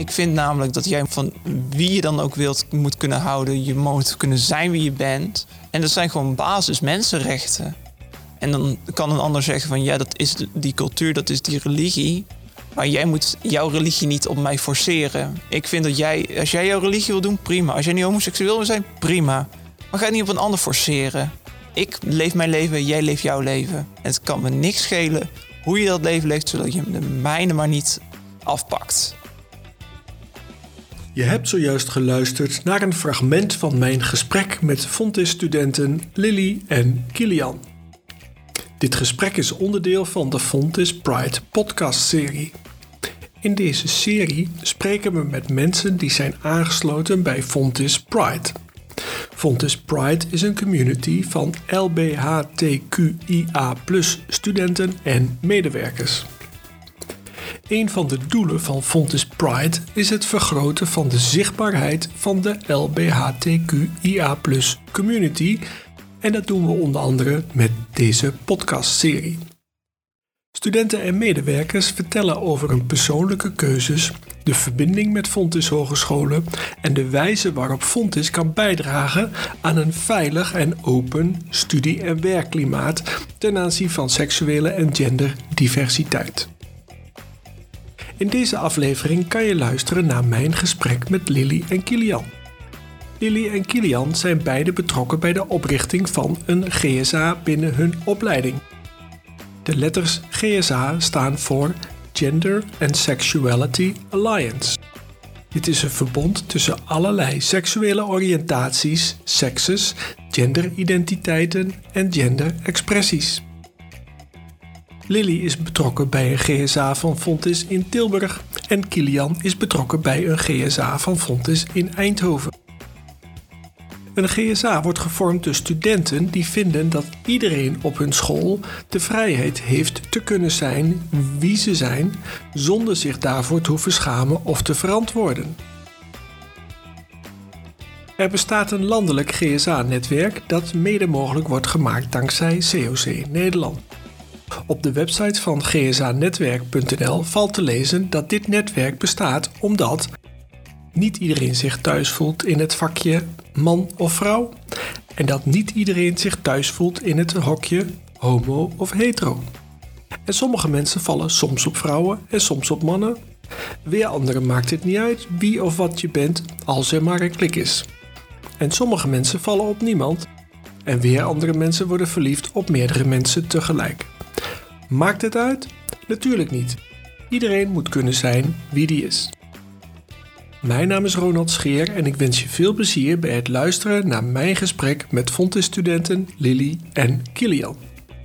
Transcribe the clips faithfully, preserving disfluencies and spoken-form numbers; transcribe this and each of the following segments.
Ik vind namelijk dat jij van wie je dan ook wilt moet kunnen houden. Je moet kunnen zijn wie je bent. En dat zijn gewoon basis mensenrechten. En dan kan een ander zeggen van ja, dat is die cultuur, dat is die religie. Maar jij moet jouw religie niet op mij forceren. Ik vind dat jij, als jij jouw religie wil doen, prima. Als jij niet homoseksueel wil zijn, prima. Maar ga het niet op een ander forceren. Ik leef mijn leven, jij leeft jouw leven. En het kan me niks schelen hoe je dat leven leeft, zodat je de mijne maar niet afpakt. Je hebt zojuist geluisterd naar een fragment van mijn gesprek met Fontys-studenten Lily en Kilian. Dit gesprek is onderdeel van de Fontys Pride podcast-serie. In deze serie spreken we met mensen die zijn aangesloten bij Fontys Pride. Fontys Pride is een community van L B H T Q I A plus studenten en medewerkers. Een van de doelen van Fontys Pride is het vergroten van de zichtbaarheid van de L B H T Q I A plus community. En dat doen we onder andere met deze podcastserie. Studenten en medewerkers vertellen over hun persoonlijke keuzes, de verbinding met Fontys Hogescholen en de wijze waarop Fontys kan bijdragen aan een veilig en open studie- en werkklimaat ten aanzien van seksuele en genderdiversiteit. In deze aflevering kan je luisteren naar mijn gesprek met Lily en Kilian. Lily en Kilian zijn beide betrokken bij de oprichting van een G S A binnen hun opleiding. De letters G S A staan voor Gender and Sexuality Alliance. Dit is een verbond tussen allerlei seksuele oriëntaties, sekses, genderidentiteiten en genderexpressies. Lily is betrokken bij een G S A van Fontys in Tilburg en Kilian is betrokken bij een G S A van Fontys in Eindhoven. Een G S A wordt gevormd door studenten die vinden dat iedereen op hun school de vrijheid heeft te kunnen zijn wie ze zijn, zonder zich daarvoor te hoeven schamen of te verantwoorden. Er bestaat een landelijk G S A-netwerk dat mede mogelijk wordt gemaakt dankzij C O C Nederland. Op de website van g s a netwerk punt n l valt te lezen dat dit netwerk bestaat omdat niet iedereen zich thuis voelt in het vakje man of vrouw en dat niet iedereen zich thuis voelt in het hokje homo of hetero. En sommige mensen vallen soms op vrouwen en soms op mannen. Weer anderen maakt het niet uit wie of wat je bent als er maar een klik is. En sommige mensen vallen op niemand en weer andere mensen worden verliefd op meerdere mensen tegelijk. Maakt het uit? Natuurlijk niet. Iedereen moet kunnen zijn wie die is. Mijn naam is Ronald Scheer en ik wens je veel plezier bij het luisteren naar mijn gesprek met Fontys-studenten Lily en Kilian.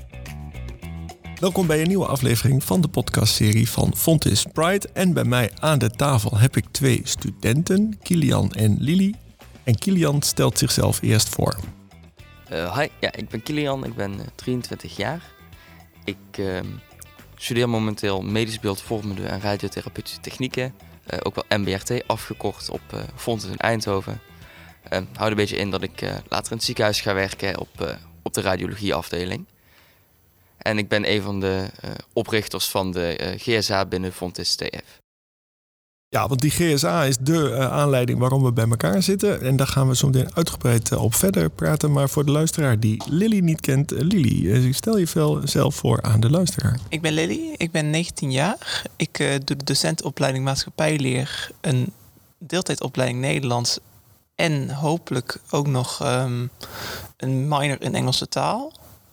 Welkom bij een nieuwe aflevering van de podcastserie van Fontys Pride. En bij mij aan de tafel heb ik twee studenten, Kilian en Lily. En Kilian stelt zichzelf eerst voor. Uh, hi, ja, ik ben Kilian, ik ben uh, drieëntwintig jaar. Ik uh, studeer momenteel medisch beeldvormende en radiotherapeutische technieken. Uh, ook wel M B R T, afgekort op uh, Fontys in Eindhoven. Uh, houdt een beetje in dat ik uh, later in het ziekenhuis ga werken op, uh, op de radiologieafdeling. En ik ben een van de uh, oprichters van de uh, G S A binnen Fontys T F. Ja, want die G S A is de uh, aanleiding waarom we bij elkaar zitten. En daar gaan we zo meteen uitgebreid uh, op verder praten. Maar voor de luisteraar die Lily niet kent, uh, Lily, uh, stel je zelf voor aan de luisteraar. Ik ben Lily, ik ben negentien jaar. Ik uh, doe de docentenopleiding maatschappijleer, een deeltijdopleiding Nederlands en hopelijk ook nog um, een minor in Engelse taal.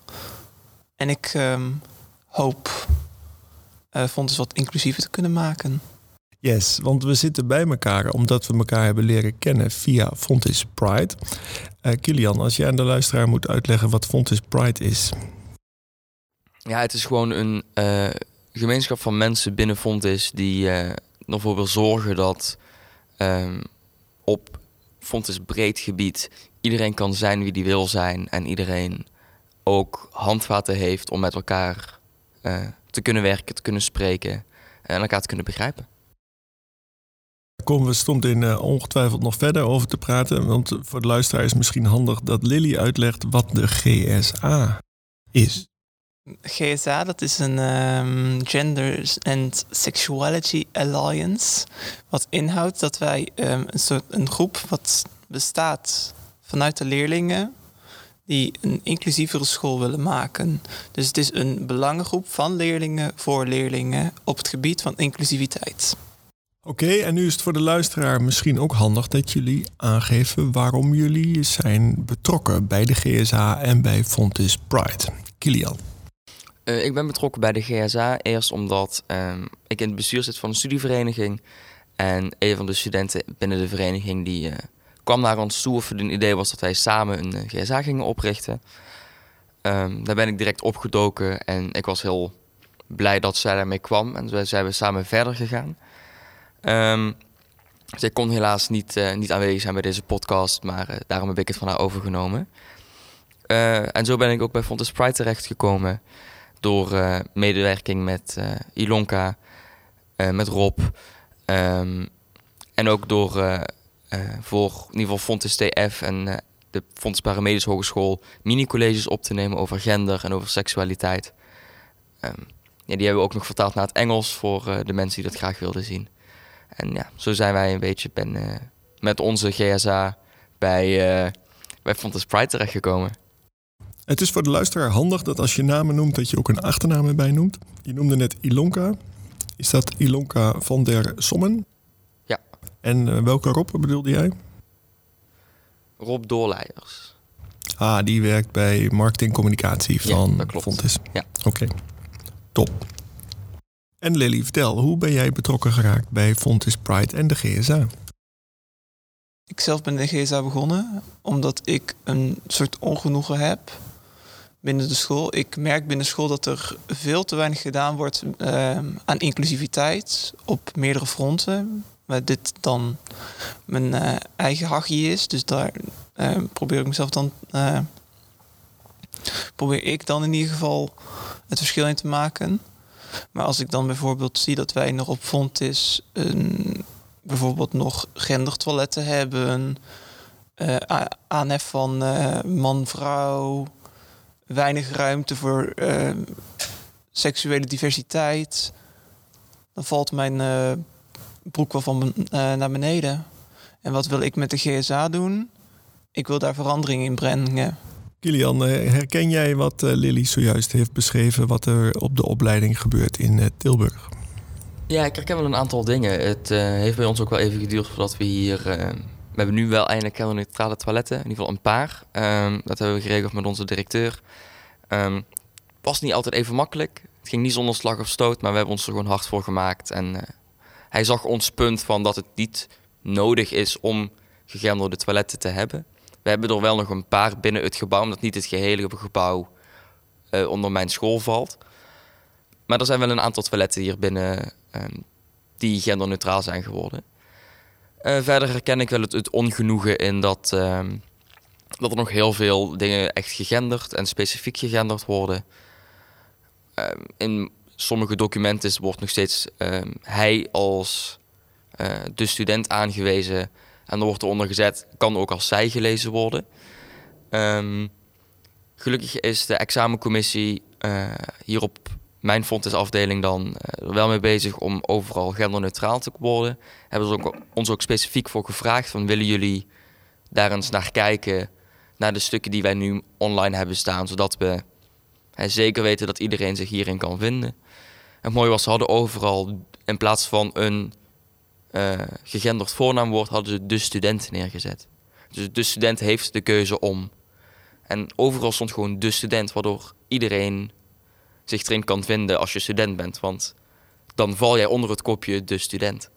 En ik um, hoop uh, Fontys wat inclusiever te kunnen maken. Yes, want we zitten bij elkaar omdat we elkaar hebben leren kennen via Fontys Pride. Uh, Kilian, als jij aan de luisteraar moet uitleggen wat Fontys Pride is. Ja, het is gewoon een uh, gemeenschap van mensen binnen Fontys die uh, ervoor wil zorgen dat um, op Fontys breed gebied iedereen kan zijn wie die wil zijn en iedereen ook handvaten heeft om met elkaar uh, te kunnen werken, te kunnen spreken en elkaar te kunnen begrijpen. Daar komen we stond in uh, ongetwijfeld nog verder over te praten. Want voor de luisteraar is het misschien handig dat Lily uitlegt wat de G S A is. G S A, dat is een um, Gender and Sexuality Alliance. Wat inhoudt dat wij um, een soort een groep wat bestaat vanuit de leerlingen die een inclusievere school willen maken. Dus het is een belangengroep van leerlingen voor leerlingen op het gebied van inclusiviteit. Oké, okay, en nu is het voor de luisteraar misschien ook handig dat jullie aangeven waarom jullie zijn betrokken bij de G S A en bij Fontys Pride. Kilian. Uh, ik ben betrokken bij de G S A eerst omdat um, ik in het bestuur zit van een studievereniging. En een van de studenten binnen de vereniging die uh, kwam naar ons toe of het een idee was dat wij samen een uh, G S A gingen oprichten. Um, daar ben ik direct opgedoken en ik was heel blij dat zij daarmee kwam. En zo zijn we samen verder gegaan. Um, zij kon helaas niet, uh, niet aanwezig zijn bij deze podcast, maar uh, daarom heb ik het van haar overgenomen. Uh, en zo ben ik ook bij Fontys Pride terechtgekomen door uh, medewerking met uh, Ilonka, uh, met Rob um, en ook door uh, uh, voor in ieder geval Fontys T F en uh, de Fontys Paramedisch Hogeschool mini-colleges op te nemen over gender en over seksualiteit. Um, ja, die hebben we ook nog vertaald naar het Engels voor uh, de mensen die dat graag wilden zien. En ja, zo zijn wij een beetje ben, uh, met onze G S A bij, uh, bij Fontys Pride terechtgekomen. Het is voor de luisteraar handig dat als je namen noemt, dat je ook een achternaam erbij noemt. Je noemde net Ilonka. Is dat Ilonka van der Sommen? Ja. En uh, welke Rob bedoelde jij? Rob Doorleiders. Ah, die werkt bij marketingcommunicatie van ja, dat klopt. Fontys. Ja. Oké, okay. Top. En Lily, vertel, hoe ben jij betrokken geraakt bij Fontys Pride en de G S A? Ik zelf ben de G S A begonnen omdat ik een soort ongenoegen heb binnen de school. Ik merk binnen school dat er veel te weinig gedaan wordt uh, aan inclusiviteit op meerdere fronten. Waar dit dan mijn uh, eigen hachje is. Dus daar uh, probeer ik mezelf dan... Uh, probeer ik dan in ieder geval het verschil in te maken. Maar als ik dan bijvoorbeeld zie dat wij nog op Fontys een... bijvoorbeeld nog gendertoiletten hebben, uh, aanhef van uh, man-vrouw, weinig ruimte voor uh, seksuele diversiteit, dan valt mijn uh, broek wel van uh, naar beneden. En wat wil ik met de G S A doen? Ik wil daar verandering in brengen. Kilian, herken jij wat uh, Lily zojuist heeft beschreven, wat er op de opleiding gebeurt in uh, Tilburg? Ja, ik herken wel een aantal dingen. Het uh, heeft bij ons ook wel even geduurd voordat we hier... Uh, we hebben nu wel eindelijk genderneutrale toiletten. In ieder geval een paar. Um, dat hebben we geregeld met onze directeur. Um, het was niet altijd even makkelijk. Het ging niet zonder slag of stoot, maar we hebben ons er gewoon hard voor gemaakt. En uh, hij zag ons punt van dat het niet nodig is om gegenderde toiletten te hebben. We hebben er wel nog een paar binnen het gebouw, omdat niet het gehele gebouw uh, onder mijn school valt. Maar er zijn wel een aantal toiletten hier binnen um, die genderneutraal zijn geworden. Uh, verder herken ik wel het, het ongenoegen in dat, um, dat er nog heel veel dingen echt gegenderd en specifiek gegenderd worden. Um, in sommige documenten wordt nog steeds um, hij als uh, de student aangewezen. En er wordt eronder gezet, kan ook als zij gelezen worden. Um, gelukkig is de examencommissie uh, hier op mijn Fontys afdeling dan uh, er wel mee bezig om overal genderneutraal te worden. Hebben ze ook, ons ook specifiek voor gevraagd van willen jullie daar eens naar kijken, naar de stukken die wij nu online hebben staan, zodat we uh, zeker weten dat iedereen zich hierin kan vinden. En het mooie was, ze hadden overal in plaats van een uh, gegenderd voornaamwoord, hadden ze de student neergezet. Dus de student heeft de keuze om. En overal stond gewoon de student, waardoor iedereen zich erin kan vinden als je student bent. Want dan val jij onder het kopje de student.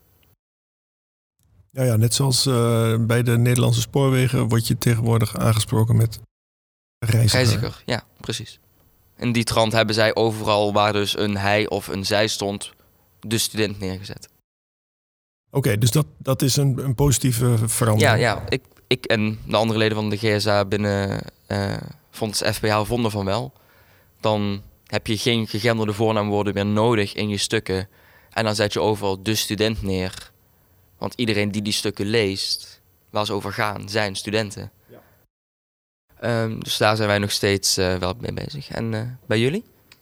Ja, ja net zoals uh, bij de Nederlandse spoorwegen word je tegenwoordig aangesproken met reiziger. Reiziger, ja, precies. In die trant hebben zij overal waar dus een hij of een zij stond, de student neergezet. Oké, okay, dus dat, dat is een, een positieve verandering. Ja, ja ik, ik en de andere leden van de G S A binnen uh, Fontys F B H vonden van wel. Dan heb je geen gegenderde voornaamwoorden meer nodig in je stukken. En dan zet je overal de student neer. Want iedereen die die stukken leest, waar ze over gaan, zijn studenten. Ja. Um, dus daar zijn wij nog steeds uh, wel mee bezig. En uh, bij jullie?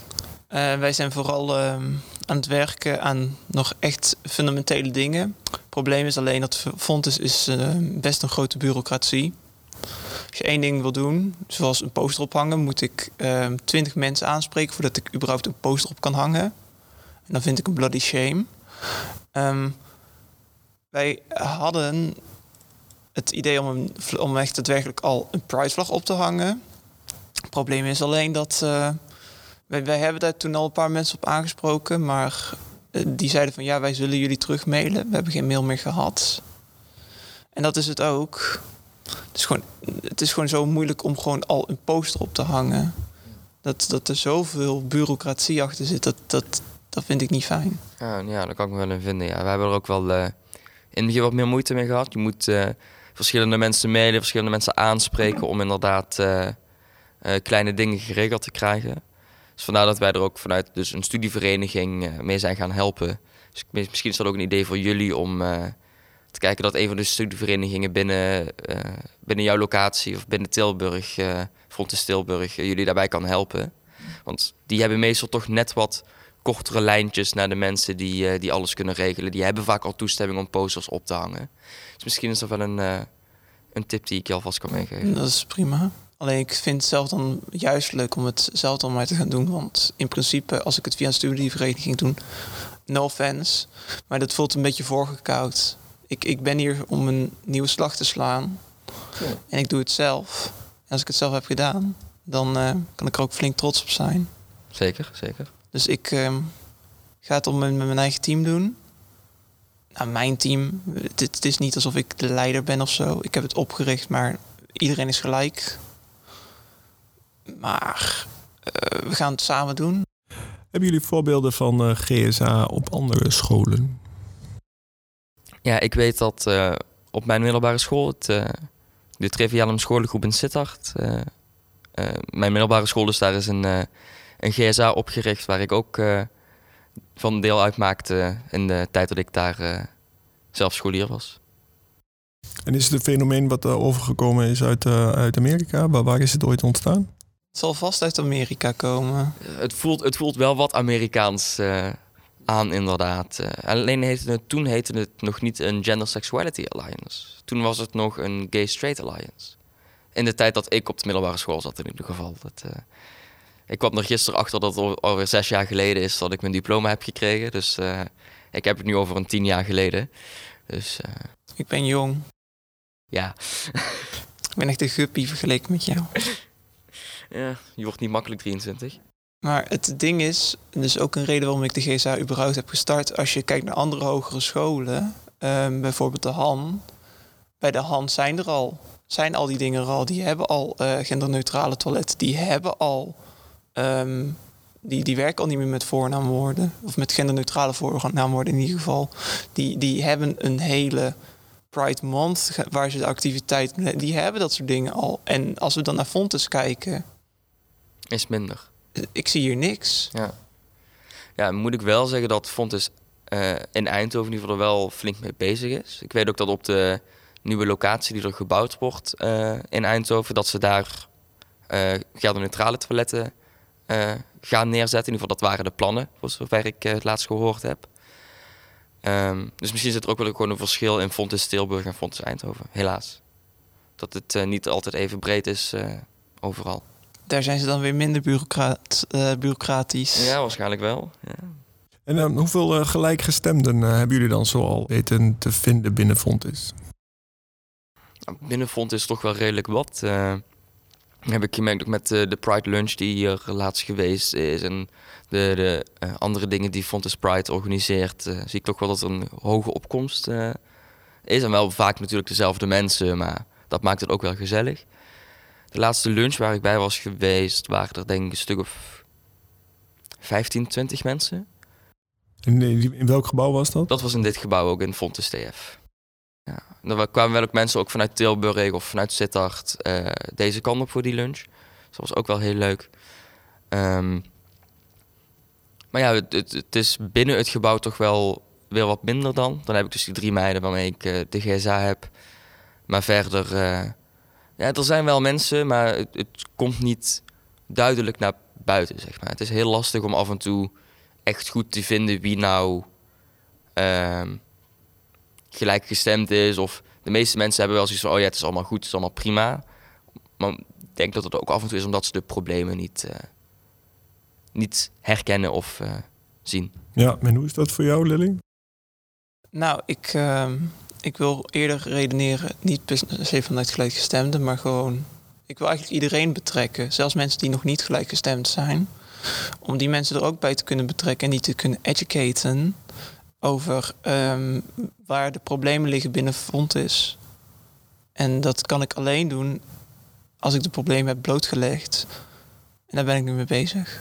Uh, wij zijn vooral uh, aan het werken aan nog echt fundamentele dingen. Het probleem is alleen dat Fontys is uh, best een grote bureaucratie. Als je één ding wil doen, zoals een poster ophangen, moet ik twintig uh, mensen aanspreken voordat ik überhaupt een poster op kan hangen. En dan vind ik een bloody shame. Um, wij hadden het idee om, een, om echt daadwerkelijk al een Pride-vlag op te hangen. Het probleem is alleen dat... Uh, wij, wij hebben daar toen al een paar mensen op aangesproken, maar uh, die zeiden van ja, wij zullen jullie terugmailen. We hebben geen mail meer gehad. En dat is het ook. Het is gewoon, het is gewoon zo moeilijk om gewoon al een poster op te hangen. Dat, dat er zoveel bureaucratie achter zit, dat, dat, dat vind ik niet fijn. Ja, ja, daar kan ik me wel in vinden. Ja. We hebben er ook wel uh, in het begin wat meer moeite mee gehad. Je moet uh, verschillende mensen mailen, verschillende mensen aanspreken om inderdaad uh, uh, kleine dingen geregeld te krijgen. Dus vandaar dat wij er ook vanuit dus een studievereniging uh, mee zijn gaan helpen. Dus misschien is dat ook een idee voor jullie om uh, te kijken dat een van de studieverenigingen binnen, uh, binnen jouw locatie of binnen Tilburg, uh, Fontys Tilburg, uh, jullie daarbij kan helpen. Want die hebben meestal toch net wat kortere lijntjes naar de mensen die, uh, die alles kunnen regelen. Die hebben vaak al toestemming om posters op te hangen. Dus misschien is dat wel een, uh, een tip die ik je alvast kan meegeven. Dat is prima. Alleen ik vind het zelf dan juist leuk om het zelf dan maar te gaan doen. Want in principe, als ik het via een studievereniging doe, no offense, maar dat voelt een beetje voorgekoud. Ik, ik ben hier om een nieuwe slag te slaan. Ja. En ik doe het zelf. En als ik het zelf heb gedaan, dan uh, kan ik er ook flink trots op zijn. Zeker, zeker. Dus ik uh, ga het om met mijn eigen team doen. Nou, mijn team, het, het is niet alsof ik de leider ben of zo. Ik heb het opgericht, maar iedereen is gelijk. Maar uh, we gaan het samen doen. Hebben jullie voorbeelden van uh, G S A op andere scholen? Ja, ik weet dat uh, op mijn middelbare school, het, uh, de Trivialum scholengroep in Sittard, uh, uh, mijn middelbare school, dus daar is een, uh, een G S A opgericht waar ik ook uh, van deel uitmaakte in de tijd dat ik daar uh, zelf scholier was. En is het een fenomeen wat uh, overgekomen is uit, uh, uit Amerika? Waar, waar is het ooit ontstaan? Het zal vast uit Amerika komen. Uh, het, voelt, het voelt wel wat Amerikaans uh, aan, inderdaad. Uh, alleen heette het, toen heette het nog niet een Gender Sexuality Alliance. Toen was het nog een Gay Straight Alliance. In de tijd dat ik op de middelbare school zat in ieder geval. Dat, uh, ik kwam er gisteren achter dat het alweer zes jaar geleden is dat ik mijn diploma heb gekregen. Dus uh, ik heb het nu over een tien jaar geleden. Dus, uh, ik ben jong. Ja. Ik ben echt een guppie vergeleken met jou. Ja, je wordt niet makkelijk drieëntwintig. Maar het ding is, en dus ook een reden waarom ik de G S A überhaupt heb gestart. Als je kijkt naar andere hogere scholen, um, bijvoorbeeld de Han. Bij de Han zijn er al, zijn al die dingen er al. Die hebben al uh, genderneutrale toiletten. Die hebben al, um, die, die werken al niet meer met voornaamwoorden. Of met genderneutrale voornaamwoorden in ieder geval. Die, die hebben een hele Pride Month, waar ze de activiteit, die hebben dat soort dingen al. En als we dan naar Fontys kijken, is minder. Ik zie hier niks. Ja, ja moet ik wel zeggen dat Fontys uh, in Eindhoven in ieder geval er wel flink mee bezig is. Ik weet ook dat op de nieuwe locatie die er gebouwd wordt uh, in Eindhoven, dat ze daar uh, genderneutrale toiletten uh, gaan neerzetten. In ieder geval, dat waren de plannen, voor zover ik uh, het laatst gehoord heb. Um, dus misschien zit er ook wel gewoon een verschil in Fontys Tilburg en Fontys Eindhoven, helaas. Dat het uh, niet altijd even breed is uh, overal. Daar zijn ze dan weer minder bureaucrat, uh, bureaucratisch. Ja, waarschijnlijk wel. Ja. En uh, hoeveel uh, gelijkgestemden uh, hebben jullie dan zoal weten te vinden binnen Fontys? Nou, binnen Fontys toch wel redelijk wat. Uh, heb ik gemerkt ook met uh, de Pride Lunch die hier laatst geweest is en de, de uh, andere dingen die Fontys Pride organiseert, uh, zie ik toch wel dat er een hoge opkomst uh, is. En wel vaak natuurlijk dezelfde mensen, maar dat maakt het ook wel gezellig. De laatste lunch waar ik bij was geweest, waren er denk ik een stuk of vijftien, twintig mensen. In, in welk gebouw was dat? Dat was in dit gebouw ook, in Fontys T F. Ja. Er kwamen wel ook mensen ook vanuit Tilburg of vanuit Sittard uh, deze kant op voor die lunch. Dus dat was ook wel heel leuk. Um, maar ja, het, het, het is binnen het gebouw toch wel weer wat minder dan. Dan heb ik dus die drie meiden waarmee ik uh, de G S A heb. Maar verder... Uh, ja, er zijn wel mensen, maar het, het komt niet duidelijk naar buiten, zeg maar. Het is heel lastig om af en toe echt goed te vinden wie nou uh, gelijkgestemd is. Of de meeste mensen hebben wel zoiets van, oh ja, het is allemaal goed, het is allemaal prima. Maar ik denk dat het ook af en toe is omdat ze de problemen niet, uh, niet herkennen of uh, zien. Ja, en hoe is dat voor jou, Lily? Nou, ik, uh, ik wil eerder redeneren, niet per se vanuit gelijkgestemden, maar gewoon... Ik wil eigenlijk iedereen betrekken, zelfs mensen die nog niet gelijkgestemd zijn. Om die mensen er ook bij te kunnen betrekken en die te kunnen educaten over um, waar de problemen liggen binnen Fontys. En dat kan ik alleen doen als ik de problemen heb blootgelegd. En daar ben ik nu mee bezig.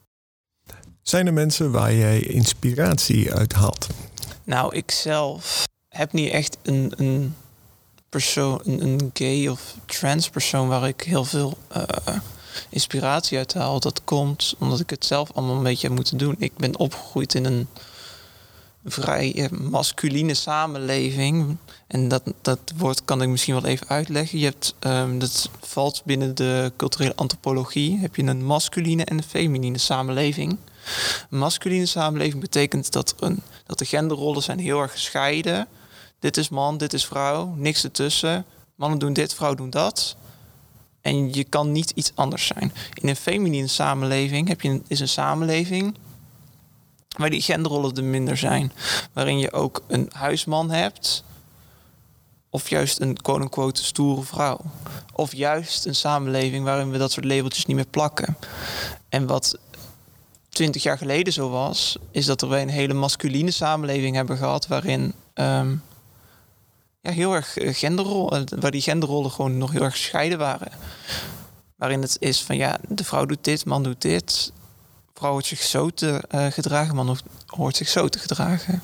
Zijn er mensen waar jij inspiratie uit haalt? Nou, ik zelf heb niet echt een, een persoon, een, een gay of trans persoon waar ik heel veel uh, inspiratie uit haal. Dat komt omdat ik het zelf allemaal een beetje heb moeten doen. Ik ben opgegroeid in een vrij uh, masculine samenleving. En dat, dat woord kan ik misschien wel even uitleggen. Je hebt, um, dat valt binnen de culturele antropologie. Heb je een masculine en een feminine samenleving. Een masculine samenleving betekent dat, een, dat de genderrollen zijn heel erg gescheiden. Dit is man, dit is vrouw, niks ertussen. Mannen doen dit, vrouwen doen dat. En je kan niet iets anders zijn. In een feminine samenleving heb je een, is een samenleving waar die genderrollen er minder zijn. Waarin je ook een huisman hebt. Of juist een quote-unquote stoere vrouw. Of juist een samenleving waarin we dat soort labeltjes niet meer plakken. En wat twintig jaar geleden zo was, is dat wij een hele masculine samenleving hebben gehad waarin um, ja, heel erg genderrollen, waar die genderrollen gewoon nog heel erg gescheiden waren. Waarin het is van ja, de vrouw doet dit, man doet dit. Vrouw hoort zich zo te uh, gedragen, man hoort zich zo te gedragen.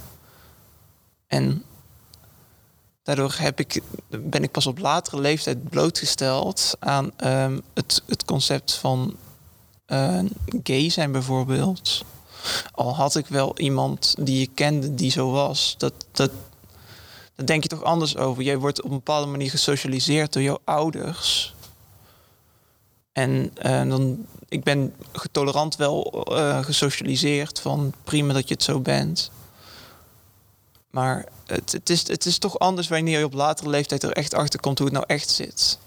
En daardoor heb ik, ben ik pas op latere leeftijd blootgesteld aan um, het, het concept van uh, gay zijn bijvoorbeeld. Al had ik wel iemand die je kende die zo was. Dat, dat, daar denk je toch anders over. Jij wordt op een bepaalde manier gesocialiseerd door jouw ouders. En uh, dan, ik ben tolerant wel uh, gesocialiseerd van prima dat je het zo bent. Maar het, het, is, het is toch anders wanneer je op latere leeftijd er echt achter komt hoe het nou echt zit.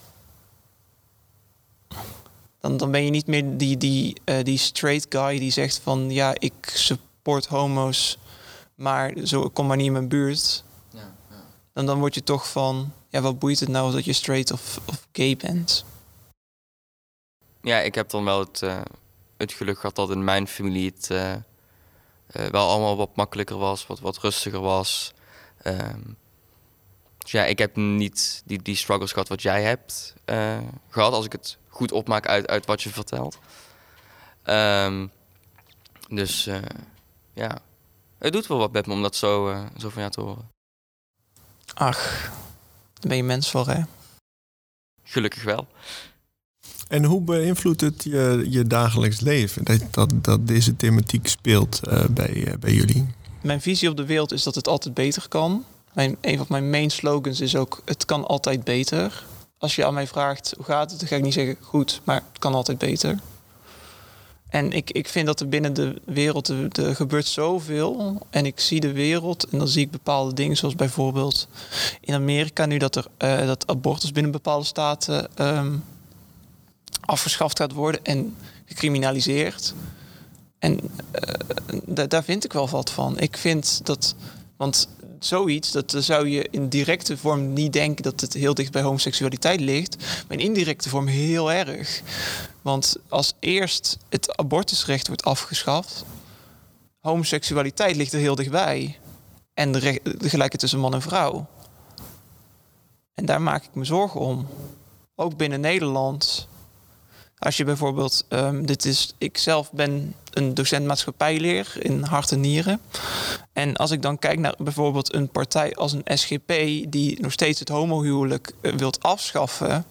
Dan, dan ben je niet meer die, die, uh, die straight guy die zegt van ja, ik support homo's, maar zo, kom maar niet in mijn buurt. Ja, ja. Dan, dan word je toch van, ja, wat boeit het nou dat je straight of, of gay bent? Ja, ik heb dan wel het, uh, het geluk gehad dat in mijn familie het uh, uh, wel allemaal wat makkelijker was, wat, wat rustiger was. Um, dus ja, ik heb niet die, die struggles gehad wat jij hebt uh, gehad, als ik het goed opmaak uit, uit wat je vertelt. Um, dus uh, ja, het doet wel wat met me om dat zo, uh, zo van jou te horen. Ach, daar ben je mens voor, hè? Gelukkig wel. En hoe beïnvloedt het je, je dagelijks leven, dat, dat, dat deze thematiek speelt uh, bij, uh, bij jullie? Mijn visie op de wereld is dat het altijd beter kan. Mijn, een van mijn main slogans is ook, het kan altijd beter. Als je aan mij vraagt, hoe gaat het? Dan ga ik niet zeggen, goed, maar het kan altijd beter. En ik, ik vind dat er binnen de wereld, er, er gebeurt zoveel. En ik zie de wereld en dan zie ik bepaalde dingen, zoals bijvoorbeeld in Amerika nu dat, er, uh, dat abortus binnen bepaalde staten um, afgeschaft gaat worden en gecriminaliseerd. En uh, d- daar vind ik wel wat van. Ik vind dat, want zoiets, dat zou je in directe vorm niet denken dat het heel dicht bij homoseksualiteit ligt, maar in indirecte vorm heel erg. Want als eerst het abortusrecht wordt afgeschaft, homoseksualiteit ligt er heel dichtbij. En de, re- de gelijkheid tussen man en vrouw. En daar maak ik me zorgen om. Ook binnen Nederland. Als je bijvoorbeeld, um, dit is, ik zelf ben een docent maatschappijleer in hart en nieren. En als ik dan kijk naar bijvoorbeeld een partij als een S G P die nog steeds het homohuwelijk uh, wilt afschaffen.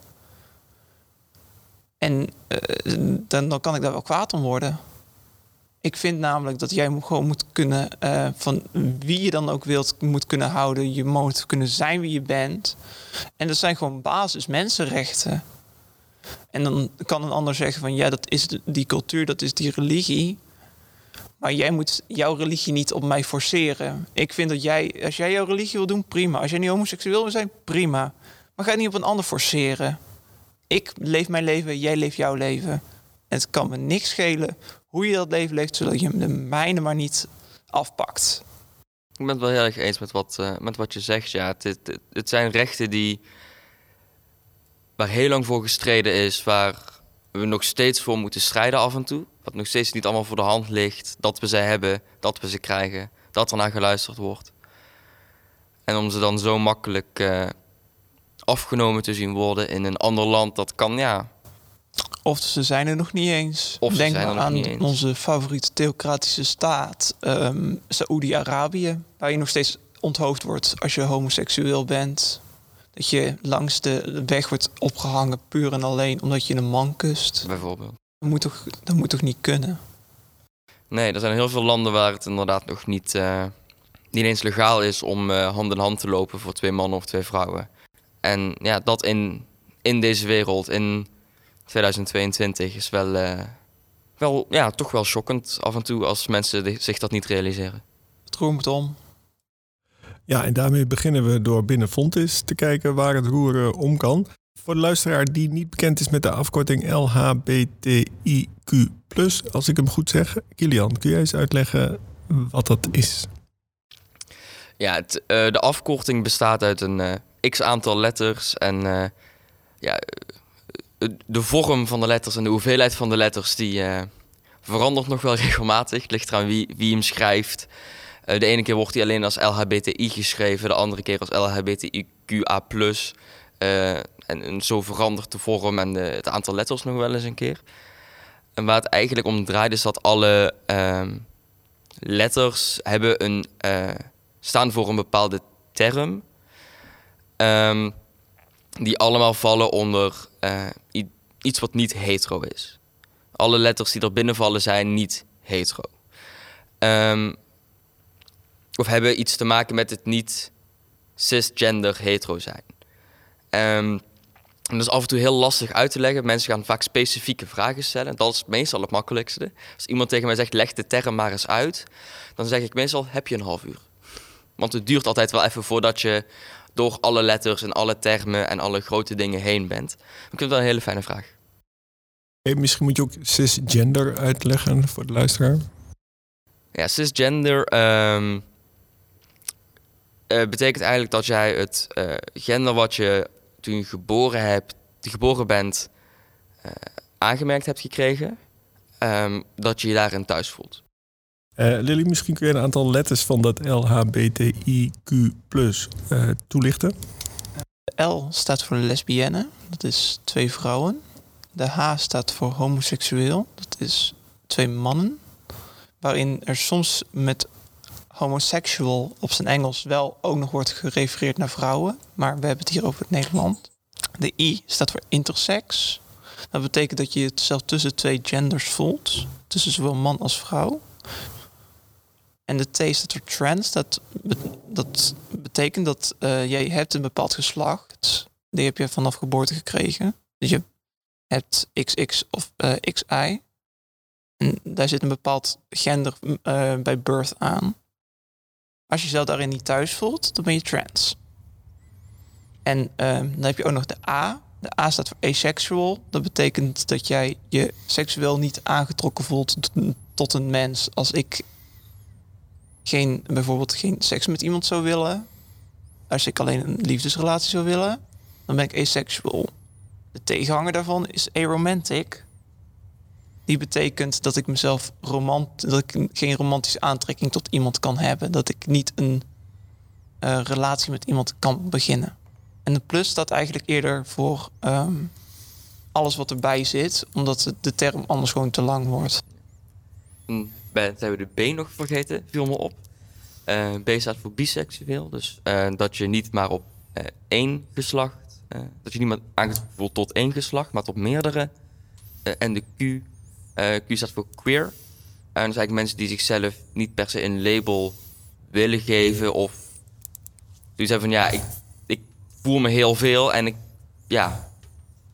En uh, dan, dan kan ik daar wel kwaad om worden. Ik vind namelijk dat jij gewoon moet kunnen, uh, van wie je dan ook wilt, moet kunnen houden. Je moet kunnen zijn wie je bent. En dat zijn gewoon basis mensenrechten. En dan kan een ander zeggen van ja, dat is de, die cultuur, dat is die religie. Maar jij moet jouw religie niet op mij forceren. Ik vind dat jij, als jij jouw religie wil doen, prima. Als jij niet homoseksueel wil zijn, prima. Maar ga het niet op een ander forceren. Ik leef mijn leven, jij leeft jouw leven. En het kan me niks schelen hoe je dat leven leeft, zodat je de mijne maar niet afpakt. Ik ben het wel heel erg eens met wat, uh, met wat je zegt. Ja, het, het, het zijn rechten die waar heel lang voor gestreden is, waar we nog steeds voor moeten strijden af en toe. Wat nog steeds niet allemaal voor de hand ligt, dat we ze hebben, dat we ze krijgen, dat er naar geluisterd wordt. En om ze dan zo makkelijk uh, afgenomen te zien worden in een ander land, dat kan, ja. Of ze zijn er nog niet eens. Of ze Denk zijn er maar nog aan niet eens. onze favoriete theocratische staat, um, Saoedi-Arabië, waar je nog steeds onthoofd wordt als je homoseksueel bent. Dat je langs de weg wordt opgehangen puur en alleen omdat je een man kust. Bijvoorbeeld. Dat moet toch, dat moet toch niet kunnen? Nee, er zijn heel veel landen waar het inderdaad nog niet, uh, niet eens legaal is om uh, hand in hand te lopen voor twee mannen of twee vrouwen. En ja, dat in, in deze wereld, in tweeduizend tweeëntwintig, is wel, uh, wel ja, toch wel schokkend af en toe als mensen zich dat niet realiseren. Het roer moet om. Ja, en daarmee beginnen we door binnen Fontis te kijken waar het roeren om kan. Voor de luisteraar die niet bekend is met de afkorting L H B T I Q plus, als ik hem goed zeg. Kilian, kun jij eens uitleggen wat dat is? Ja, het, uh, de afkorting bestaat uit een uh, x-aantal letters. En uh, ja, de vorm van de letters en de hoeveelheid van de letters die uh, verandert nog wel regelmatig. Het ligt eraan wie, wie hem schrijft. Uh, de ene keer wordt hij alleen als L H B T I geschreven, de andere keer als L H B T I Q A plus. Uh, en, en zo verandert de vorm en de, het aantal letters nog wel eens een keer. En waar het eigenlijk om draait is dat alle uh, letters hebben een, uh, staan voor een bepaalde term. Um, die allemaal vallen onder uh, iets wat niet hetero is. Alle letters die er binnen vallen zijn niet hetero. Um, of hebben iets te maken met het niet cisgender hetero zijn. Um, en dat is af en toe heel lastig uit te leggen. Mensen gaan vaak specifieke vragen stellen. Dat is meestal het makkelijkste. Als iemand tegen mij zegt, leg de term maar eens uit, dan zeg ik meestal, heb je een half uur. Want het duurt altijd wel even voordat je door alle letters en alle termen en alle grote dingen heen bent. Ik vind het wel een hele fijne vraag. Hey, misschien moet je ook cisgender uitleggen voor de luisteraar. Ja, cisgender um, uh, betekent eigenlijk dat jij het uh, gender wat je toen je geboren, hebt, geboren bent uh, aangemerkt hebt gekregen, um, dat je je daarin thuis voelt. Uh, Lily, misschien kun je een aantal letters van dat L H B T I Q plus uh, toelichten. De L staat voor lesbienne, dat is twee vrouwen. De H staat voor homoseksueel, dat is twee mannen. Waarin er soms met homosexual op zijn Engels wel ook nog wordt gerefereerd naar vrouwen. Maar we hebben het hier over het Nederland. De I staat voor intersex. Dat betekent dat je jezelf tussen twee genders voelt. Tussen zowel man als vrouw. En de T staat voor trans. Dat, be- dat betekent dat uh, jij hebt een bepaald geslacht. Die heb je vanaf geboorte gekregen. Dus je hebt X X of uh, X Y. En daar zit een bepaald gender uh, bij birth aan. Als je jezelf daarin niet thuis voelt, dan ben je trans. En uh, dan heb je ook nog de A. De A staat voor asexual. Dat betekent dat jij je seksueel niet aangetrokken voelt tot een mens. Als ik geen, bijvoorbeeld geen seks met iemand zou willen, als ik alleen een liefdesrelatie zou willen, dan ben ik asexual. De tegenhanger daarvan is aromantic. Die betekent dat ik mezelf romant, dat ik geen romantische aantrekking tot iemand kan hebben. Dat ik niet een uh, relatie met iemand kan beginnen. En de plus staat eigenlijk eerder voor um, alles wat erbij zit, omdat de term anders gewoon te lang wordt. Mm, bij, dan hebben we de B nog vergeten, viel me op. Uh, B staat voor biseksueel, dus uh, dat je niet maar op uh, één geslacht, uh, dat je niet maar aangetrokken voelt tot één geslacht, maar tot meerdere. Uh, en de Q, uh, Q staat voor queer. En uh, dat zijn eigenlijk mensen die zichzelf niet per se een label willen geven of die zeggen van ja, ik, ik voel me heel veel en ik, ja,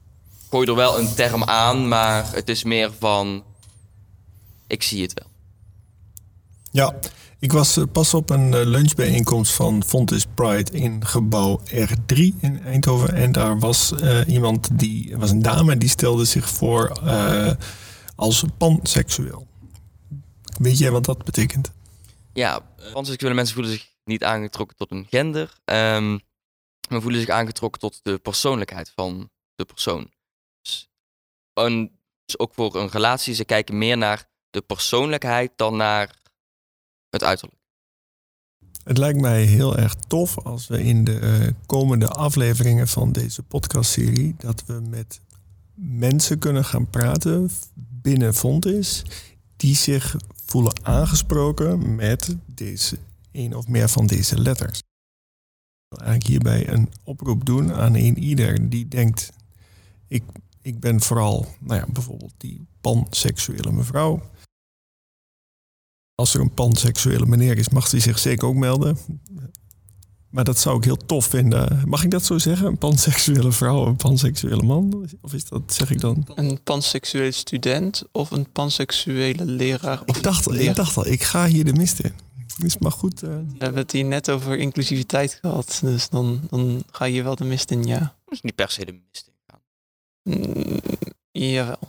gooi er wel een term aan, maar het is meer van... Ik zie het wel. Ja, ik was pas op een lunchbijeenkomst van Fontys Pride in gebouw R drie in Eindhoven. En daar was uh, iemand, die was een dame, die stelde zich voor uh, als panseksueel. Weet jij wat dat betekent? Ja, panseksuele mensen voelen zich niet aangetrokken tot een gender. Um, maar voelen zich aangetrokken tot de persoonlijkheid van de persoon. Dus, een, dus ook voor een relatie, ze kijken meer naar de persoonlijkheid dan naar het uiterlijk. Het lijkt mij heel erg tof als we in de uh, komende afleveringen van deze podcastserie... dat we met mensen kunnen gaan praten binnen Fontys... die zich voelen aangesproken met deze een of meer van deze letters. Ik wil eigenlijk hierbij een oproep doen aan een ieder die denkt... ik, ik ben vooral, nou ja, bijvoorbeeld die panseksuele mevrouw... Als er een panseksuele meneer is, mag hij zich zeker ook melden. Maar dat zou ik heel tof vinden. Mag ik dat zo zeggen? Een panseksuele vrouw, een panseksuele man? Of is dat, zeg ik dan? Een panseksuele student of een panseksuele leraar? Of ik, dacht, leraar. ik dacht al, ik ga hier de mist in. Is maar goed. Uh... We hebben het hier net over inclusiviteit gehad. Dus dan, dan ga je wel de mist in, ja. Dat is niet per se de mist in gaan. Mm, jawel.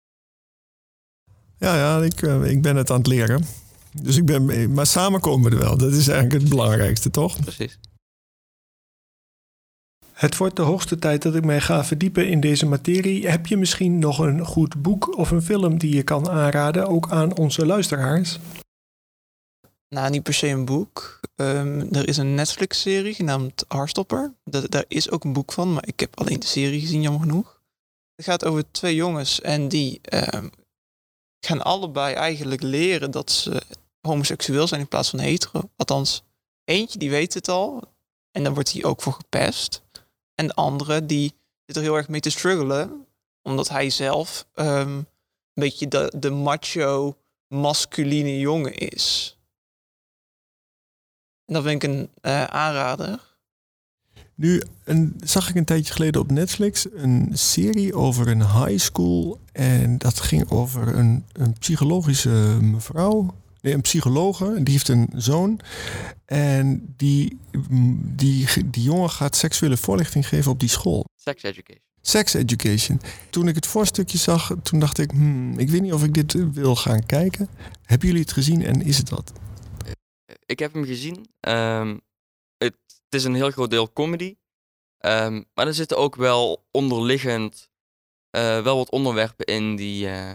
Ja, ja, ik, uh, ik ben het aan het leren. Dus ik ben, maar samen komen we er wel. Dat is eigenlijk het belangrijkste, toch? Precies. Het wordt de hoogste tijd dat ik mij ga verdiepen in deze materie. Heb je misschien nog een goed boek of een film die je kan aanraden, ook aan onze luisteraars? Nou, niet per se een boek. Um, er is een Netflix-serie genaamd Heartstopper. Da- daar is ook een boek van, maar ik heb alleen de serie gezien, jammer genoeg. Het gaat over twee jongens en die um, gaan allebei eigenlijk leren dat ze homoseksueel zijn in plaats van hetero. Althans, eentje die weet het al en dan wordt hij ook voor gepest. En de andere die zit er heel erg mee te struggelen, omdat hij zelf um, een beetje de, de macho, masculine jongen is. En dat vind ik een uh, aanrader. Nu een, zag ik een tijdje geleden op Netflix een serie over een high school. En dat ging over een, een psychologische mevrouw. Nee, een psychologe. Die heeft een zoon. En die, die, die jongen gaat seksuele voorlichting geven op die school. Sex education. Sex education. Toen ik het voorstukje zag, toen dacht ik... Hmm, ik weet niet of ik dit wil gaan kijken. Hebben jullie het gezien en is het wat? Ik heb hem gezien. Um, het, het is een heel groot deel comedy. Um, maar er zitten ook wel onderliggend uh, wel wat onderwerpen in die, uh,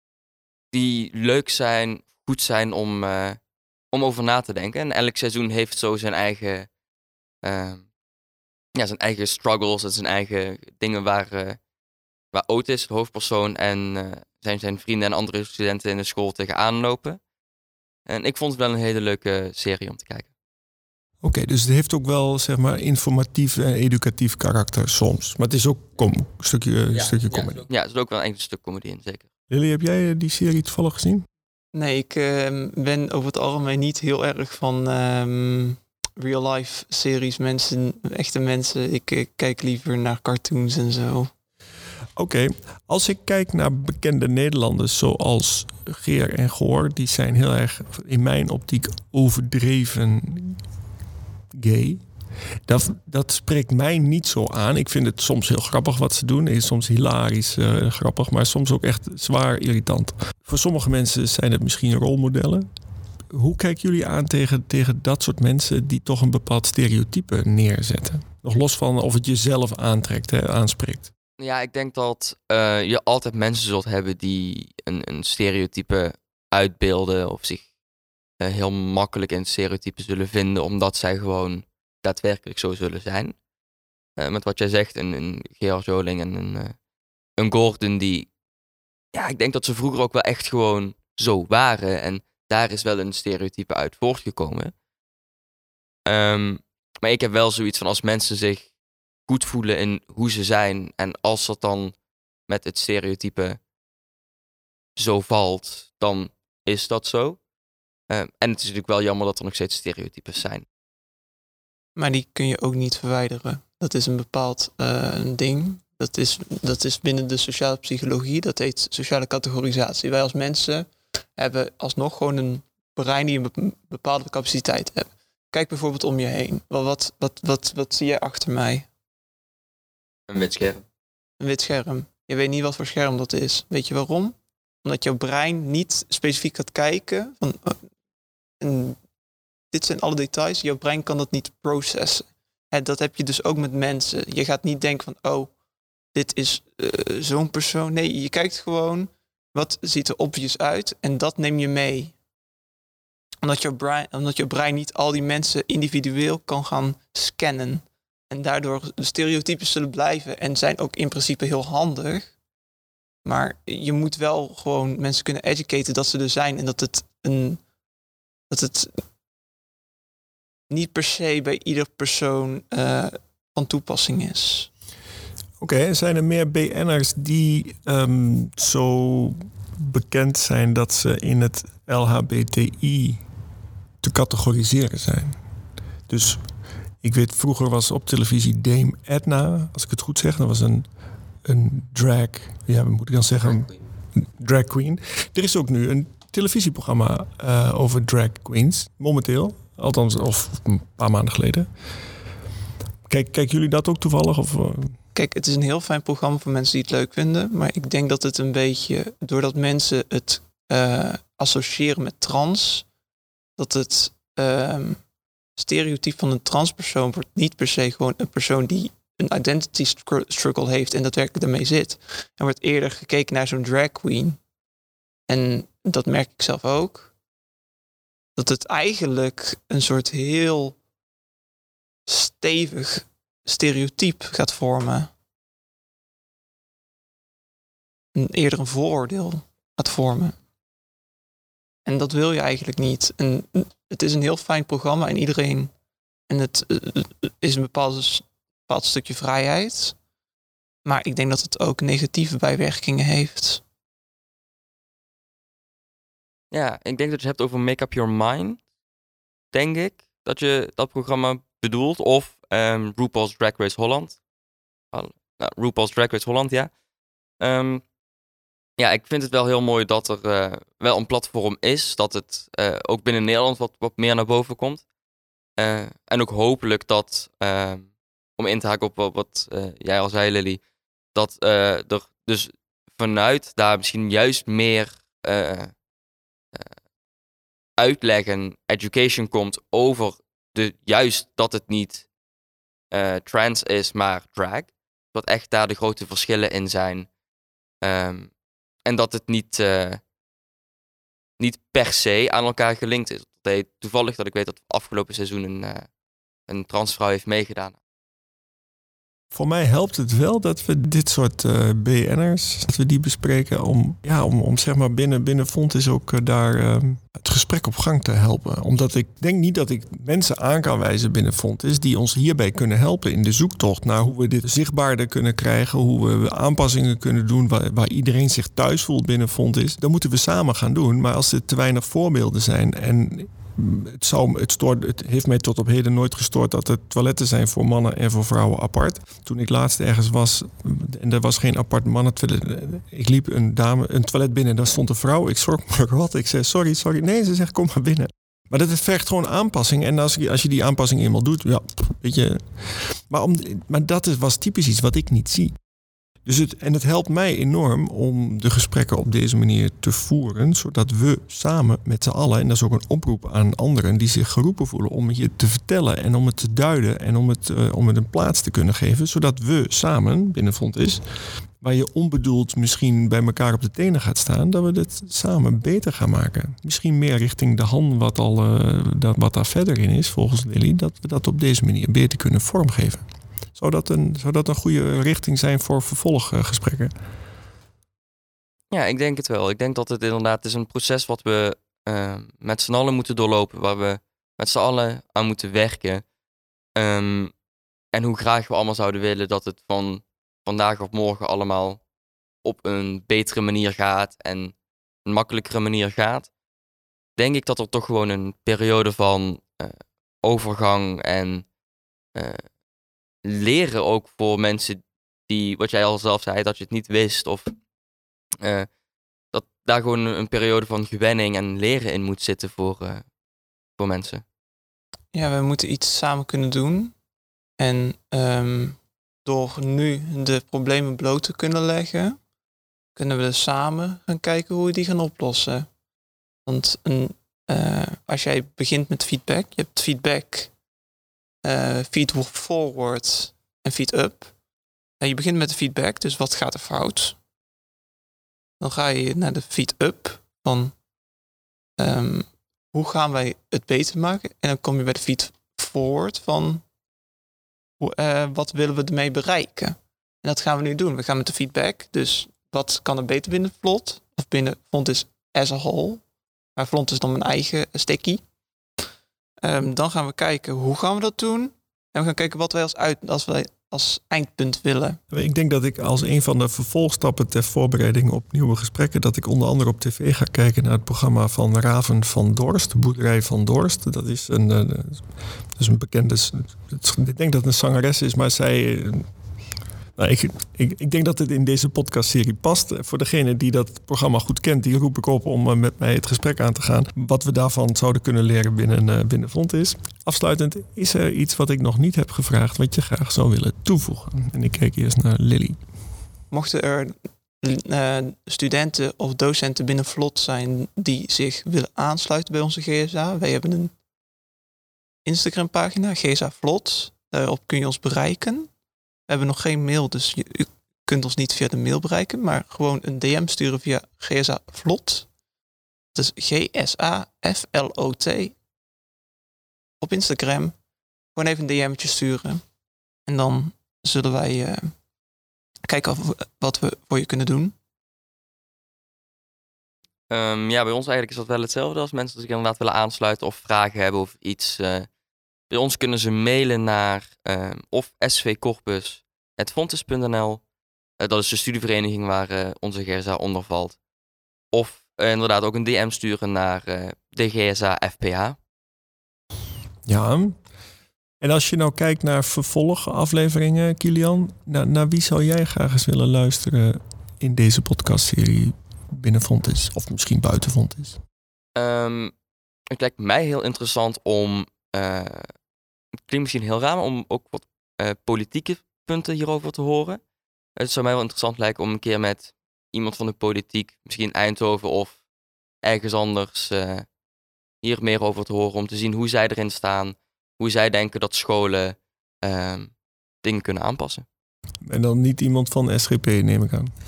die leuk zijn, goed zijn om, uh, om over na te denken. En elk seizoen heeft zo zijn eigen, uh, ja, zijn eigen struggles en zijn eigen dingen waar, uh, waar Otis, de hoofdpersoon, en uh, zijn, zijn vrienden en andere studenten in de school tegenaan lopen. En ik vond het wel een hele leuke serie om te kijken. Oké, okay, dus het heeft ook wel, zeg maar, informatief en educatief karakter soms. Maar het is ook kom, een stukje, ja, stukje ja, comedy. Ja, er zit ook wel een enkel stuk comedy in, zeker. Lily, heb jij die serie toevallig gezien? Nee, ik uh, ben over het algemeen niet heel erg van um, real-life series. Mensen, echte mensen. Ik uh, kijk liever naar cartoons en zo. Oké, okay. Als ik kijk naar bekende Nederlanders zoals Geer en Goor, die zijn heel erg in mijn optiek overdreven gay. Dat, dat spreekt mij niet zo aan. Ik vind het soms heel grappig wat ze doen. Het is soms hilarisch uh, grappig, maar soms ook echt zwaar irritant. Voor sommige mensen zijn het misschien rolmodellen. Hoe kijken jullie aan tegen, tegen dat soort mensen die toch een bepaald stereotype neerzetten? Nog los van of het jezelf aantrekt, hè, aanspreekt. Ja, ik denk dat uh, je altijd mensen zult hebben die een, een stereotype uitbeelden of zich uh, heel makkelijk in stereotypen zullen vinden, omdat zij gewoon daadwerkelijk zo zullen zijn. Uh, met wat jij zegt, een, een Gerard Joling en een, uh, een Gordon, die, ja, ik denk dat ze vroeger ook wel echt gewoon zo waren. En daar is wel een stereotype uit voortgekomen. Um, maar ik heb wel zoiets van, als mensen zich goed voelen in hoe ze zijn, en als dat dan met het stereotype zo valt, dan is dat zo. Uh, en het is natuurlijk wel jammer dat er nog steeds stereotypes zijn. Maar die kun je ook niet verwijderen. Dat is een bepaald uh, ding. Dat is, dat is binnen de sociale psychologie, dat heet sociale categorisatie. Wij als mensen hebben alsnog gewoon een brein die een bepaalde capaciteit heeft. Kijk bijvoorbeeld om je heen. Wat, wat, wat, wat, wat zie je achter mij? Een wit scherm. Een wit scherm. Je weet niet wat voor scherm dat is. Weet je waarom? Omdat jouw brein niet specifiek gaat kijken. Van, uh, en dit zijn alle details. Jouw brein kan dat niet processen. En dat heb je dus ook met mensen. Je gaat niet denken van, oh, dit is uh, zo'n persoon. Nee, je kijkt gewoon, wat ziet er obvious uit? En dat neem je mee. Omdat jouw brein, omdat jouw brein niet al die mensen individueel kan gaan scannen. En daardoor de stereotypen zullen blijven en zijn ook in principe heel handig. Maar je moet wel gewoon mensen kunnen educaten dat ze er zijn. En dat het, een, dat het niet per se bij ieder persoon uh, van toepassing is. Oké, okay, zijn er meer B N'ers die um, zo bekend zijn dat ze in het L H B T I te categoriseren zijn? Dus ik weet, vroeger was op televisie Dame Edna, als ik het goed zeg. Dat was een, een drag, ja, wat moet ik dan zeggen? Een drag queen. Er is ook nu een televisieprogramma uh, over drag queens, momenteel. Althans, of een paar maanden geleden. Kijk, kijken jullie dat ook toevallig? Of, uh... Kijk, het is een heel fijn programma voor mensen die het leuk vinden. Maar ik denk dat het een beetje, doordat mensen het uh, associëren met trans, dat het uh, stereotype van een transpersoon wordt niet per se gewoon een persoon die een identity struggle heeft en daadwerkelijk daarmee zit. Er wordt eerder gekeken naar zo'n drag queen. En dat merk ik zelf ook. Dat het eigenlijk een soort heel stevig stereotype gaat vormen. Een, eerder een vooroordeel gaat vormen. En dat wil je eigenlijk niet. En het is een heel fijn programma en iedereen... En het is een bepaald, bepaald stukje vrijheid. Maar ik denk dat het ook negatieve bijwerkingen heeft. Ja, ik denk dat je het hebt over Make Up Your Mind. Denk ik dat je dat programma bedoelt. Of um, RuPaul's Drag Race Holland. Uh, nou, RuPaul's Drag Race Holland, ja. Um, ja, ik vind het wel heel mooi dat er uh, wel een platform is. Dat het uh, ook binnen Nederland wat, wat meer naar boven komt. Uh, en ook hopelijk dat, uh, om in te haken op wat uh, jij al zei, Lily, dat uh, er dus vanuit daar misschien juist meer uh, uh, uitleg en education komt over de, juist dat het niet uh, trans is, maar drag. Dat echt daar de grote verschillen in zijn. Um, en dat het niet, uh, niet per se aan elkaar gelinkt is. Toevallig dat ik weet dat afgelopen seizoen een, uh, een transvrouw heeft meegedaan. Voor mij helpt het wel dat we dit soort uh, B N'ers, dat we die bespreken om, ja, om, om zeg maar binnen, binnen Fontis ook uh, daar uh, het gesprek op gang te helpen. Omdat ik denk niet dat ik mensen aan kan wijzen binnen Fontis die ons hierbij kunnen helpen in de zoektocht naar hoe we dit zichtbaarder kunnen krijgen, hoe we aanpassingen kunnen doen waar, waar iedereen zich thuis voelt binnen Fontis. Dat moeten we samen gaan doen. Maar als er te weinig voorbeelden zijn en Het, zou, het, stoort, het heeft mij tot op heden nooit gestoord dat er toiletten zijn voor mannen en voor vrouwen apart. Toen ik laatst ergens was en er was geen apart mannentoilet. Ik liep een dame een toilet binnen en daar stond een vrouw. Ik schrok me rot. Ik zei sorry, sorry. Nee, ze zegt kom maar binnen. Maar dat vergt gewoon aanpassing. En als je, als je die aanpassing eenmaal doet, ja, weet je. Maar, om, maar dat is, was typisch iets wat ik niet zie. Dus het, en het helpt mij enorm om de gesprekken op deze manier te voeren, zodat we samen met z'n allen, en dat is ook een oproep aan anderen die zich geroepen voelen om het je te vertellen en om het te duiden en om het, uh, om het een plaats te kunnen geven, zodat we samen binnen Fontis, waar je onbedoeld misschien bij elkaar op de tenen gaat staan, dat we dit samen beter gaan maken. Misschien meer richting de hand wat, al, uh, dat, wat daar verder in is, volgens Lily, dat we dat op deze manier beter kunnen vormgeven. Zou dat een, zou dat een goede richting zijn voor vervolggesprekken? Ja, ik denk het wel. Ik denk dat het inderdaad is een proces wat we uh, met z'n allen moeten doorlopen, waar we met z'n allen aan moeten werken. Um, en hoe graag we allemaal zouden willen dat het van vandaag of morgen allemaal op een betere manier gaat en een makkelijkere manier gaat, denk ik dat er toch gewoon een periode van uh, overgang en uh, leren ook voor mensen die, wat jij al zelf zei, dat je het niet wist. Of uh, dat daar gewoon een periode van gewenning en leren in moet zitten voor, uh, voor mensen. Ja, we moeten iets samen kunnen doen. En um, door nu de problemen bloot te kunnen leggen, kunnen we samen gaan kijken hoe we die gaan oplossen. Want een, uh, als jij begint met feedback, je hebt feedback, uh, feed forward en feed up. En je begint met de feedback, dus wat gaat er fout? Dan ga je naar de feed up van um, hoe gaan wij het beter maken? En dan kom je bij de feed forward van hoe, uh, wat willen we ermee bereiken? En dat gaan we nu doen. We gaan met de feedback, dus wat kan er beter binnen Vlot? Of binnen Fontis as a whole. Maar Vlot is dan mijn eigen sticky. Um, dan gaan we kijken hoe gaan we dat doen. En we gaan kijken wat wij als, uit, als, wij als eindpunt willen. Ik denk dat ik als een van de vervolgstappen ter voorbereiding op nieuwe gesprekken, dat ik onder andere op tv ga kijken naar het programma van Raven van Dorst, de boerderij van Dorst. Dat is een, uh, dat is een bekende, ik denk dat het een zangeres is, maar zij... Uh, Nou, ik, ik, ik denk dat het in deze podcastserie past. Voor degene die dat programma goed kent, die roep ik op om uh, met mij het gesprek aan te gaan. Wat we daarvan zouden kunnen leren binnen, uh, binnen Fontis. Afsluitend, is er iets wat ik nog niet heb gevraagd wat je graag zou willen toevoegen? En ik kijk eerst naar Lily. Mochten er uh, studenten of docenten binnen Vlot zijn die zich willen aansluiten bij onze G S A. Wij hebben een Instagram pagina, G S A Vlot. Daarop kun je ons bereiken. We hebben nog geen mail, dus je, u kunt ons niet via de mail bereiken, maar gewoon een D M sturen via G S A Vlot. Dat is G S A F L O T. Op Instagram. Gewoon even een D M'tje sturen. En dan zullen wij uh, kijken of, wat we voor je kunnen doen. Um, ja, bij ons eigenlijk is dat wel hetzelfde als mensen zich inderdaad willen aansluiten of vragen hebben of iets... Uh, Bij ons kunnen ze mailen naar uh, of svcorpus apenstaartje fontis punt n l. Uh, dat is de studievereniging waar uh, onze G S A onder valt. Of uh, inderdaad ook een D M sturen naar uh, de G S A F P H. Ja, en als je nou kijkt naar vervolgafleveringen, Kilian, naar, naar wie zou jij graag eens willen luisteren in deze podcastserie binnen Fontis? Of misschien buiten Fontis? Um, het lijkt mij heel interessant om... Uh, het klinkt misschien heel raar, maar om ook wat uh, politieke punten hierover te horen. Het zou mij wel interessant lijken om een keer met iemand van de politiek, misschien in Eindhoven of ergens anders, uh, hier meer over te horen. Om te zien hoe zij erin staan, hoe zij denken dat scholen uh, dingen kunnen aanpassen. En dan niet iemand van S G P, neem ik aan.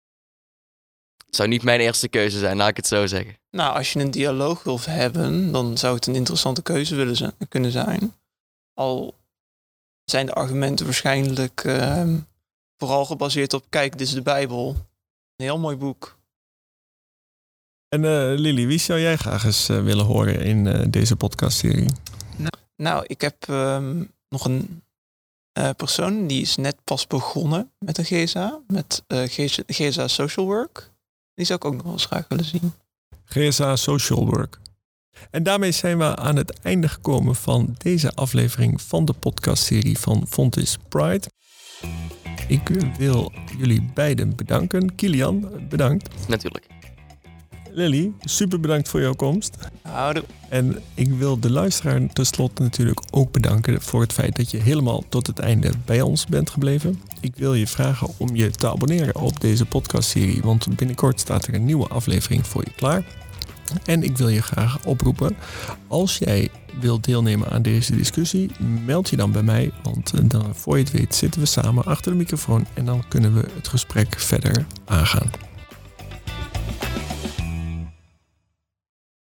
Het zou niet mijn eerste keuze zijn, laat ik het zo zeggen. Nou, als je een dialoog wil hebben, dan zou het een interessante keuze willen zijn, kunnen zijn. Al zijn de argumenten waarschijnlijk uh, vooral gebaseerd op, kijk, dit is de Bijbel. Een heel mooi boek. En uh, Lily, wie zou jij graag eens uh, willen horen in uh, deze podcastserie? Nou, nou ik heb um, nog een uh, persoon die is net pas begonnen met een G S A, met uh, G S A Social Work. Die zou ik ook nog wel eens graag willen zien. G S A Social Work. En daarmee zijn we aan het einde gekomen van deze aflevering van de podcastserie van Fontis Pride. Ik wil jullie beiden bedanken. Kilian, bedankt. Natuurlijk. Lily, super bedankt voor jouw komst. Houdoe. En ik wil de luisteraar tenslotte natuurlijk ook bedanken voor het feit dat je helemaal tot het einde bij ons bent gebleven. Ik wil je vragen om je te abonneren op deze podcastserie, want binnenkort staat er een nieuwe aflevering voor je klaar. En ik wil je graag oproepen, als jij wilt deelnemen aan deze discussie, meld je dan bij mij, want dan, voor je het weet zitten we samen achter de microfoon en dan kunnen we het gesprek verder aangaan.